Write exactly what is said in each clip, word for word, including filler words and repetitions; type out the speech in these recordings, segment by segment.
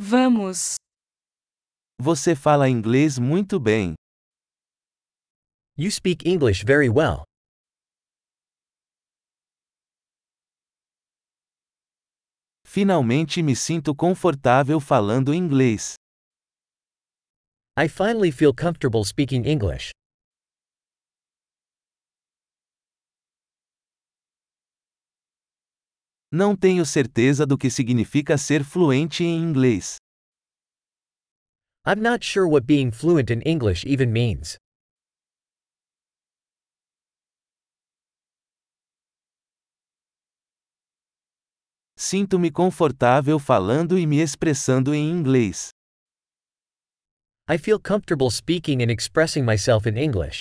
Vamos. Você fala inglês muito bem. You speak English very well. Finalmente me sinto confortável falando inglês. I finally feel comfortable speaking English. Não tenho certeza do que significa ser fluente em inglês. I'm not sure what being fluent in English even means. Sinto-me confortável falando e me expressando em inglês. I feel comfortable speaking and expressing myself in English.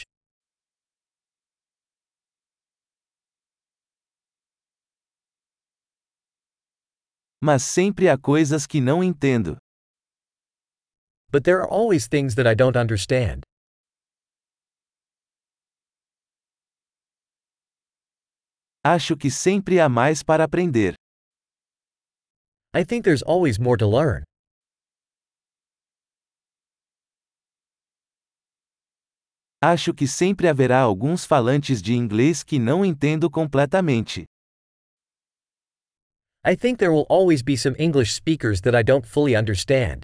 Mas sempre há coisas que não entendo. But there are always things that I don't understand. Acho que sempre há mais para aprender. I think there's always more to learn. Acho que sempre haverá alguns falantes de inglês que não entendo completamente. I think there will always be some English speakers that I don't fully understand.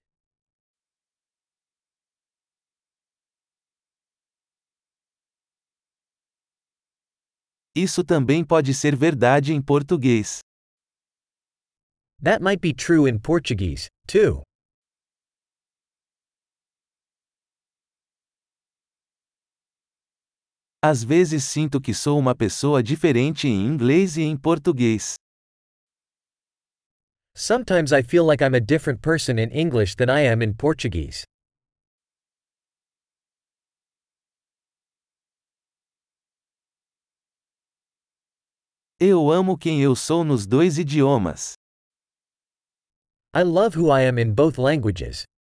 Isso também pode ser verdade em português. That might be true in Portuguese, too. Às vezes sinto que sou uma pessoa diferente em inglês e em português. Sometimes I feel like I'm a different person in English than I am in Portuguese. Eu amo quem eu sou nos dois idiomas. I love who I am in both languages.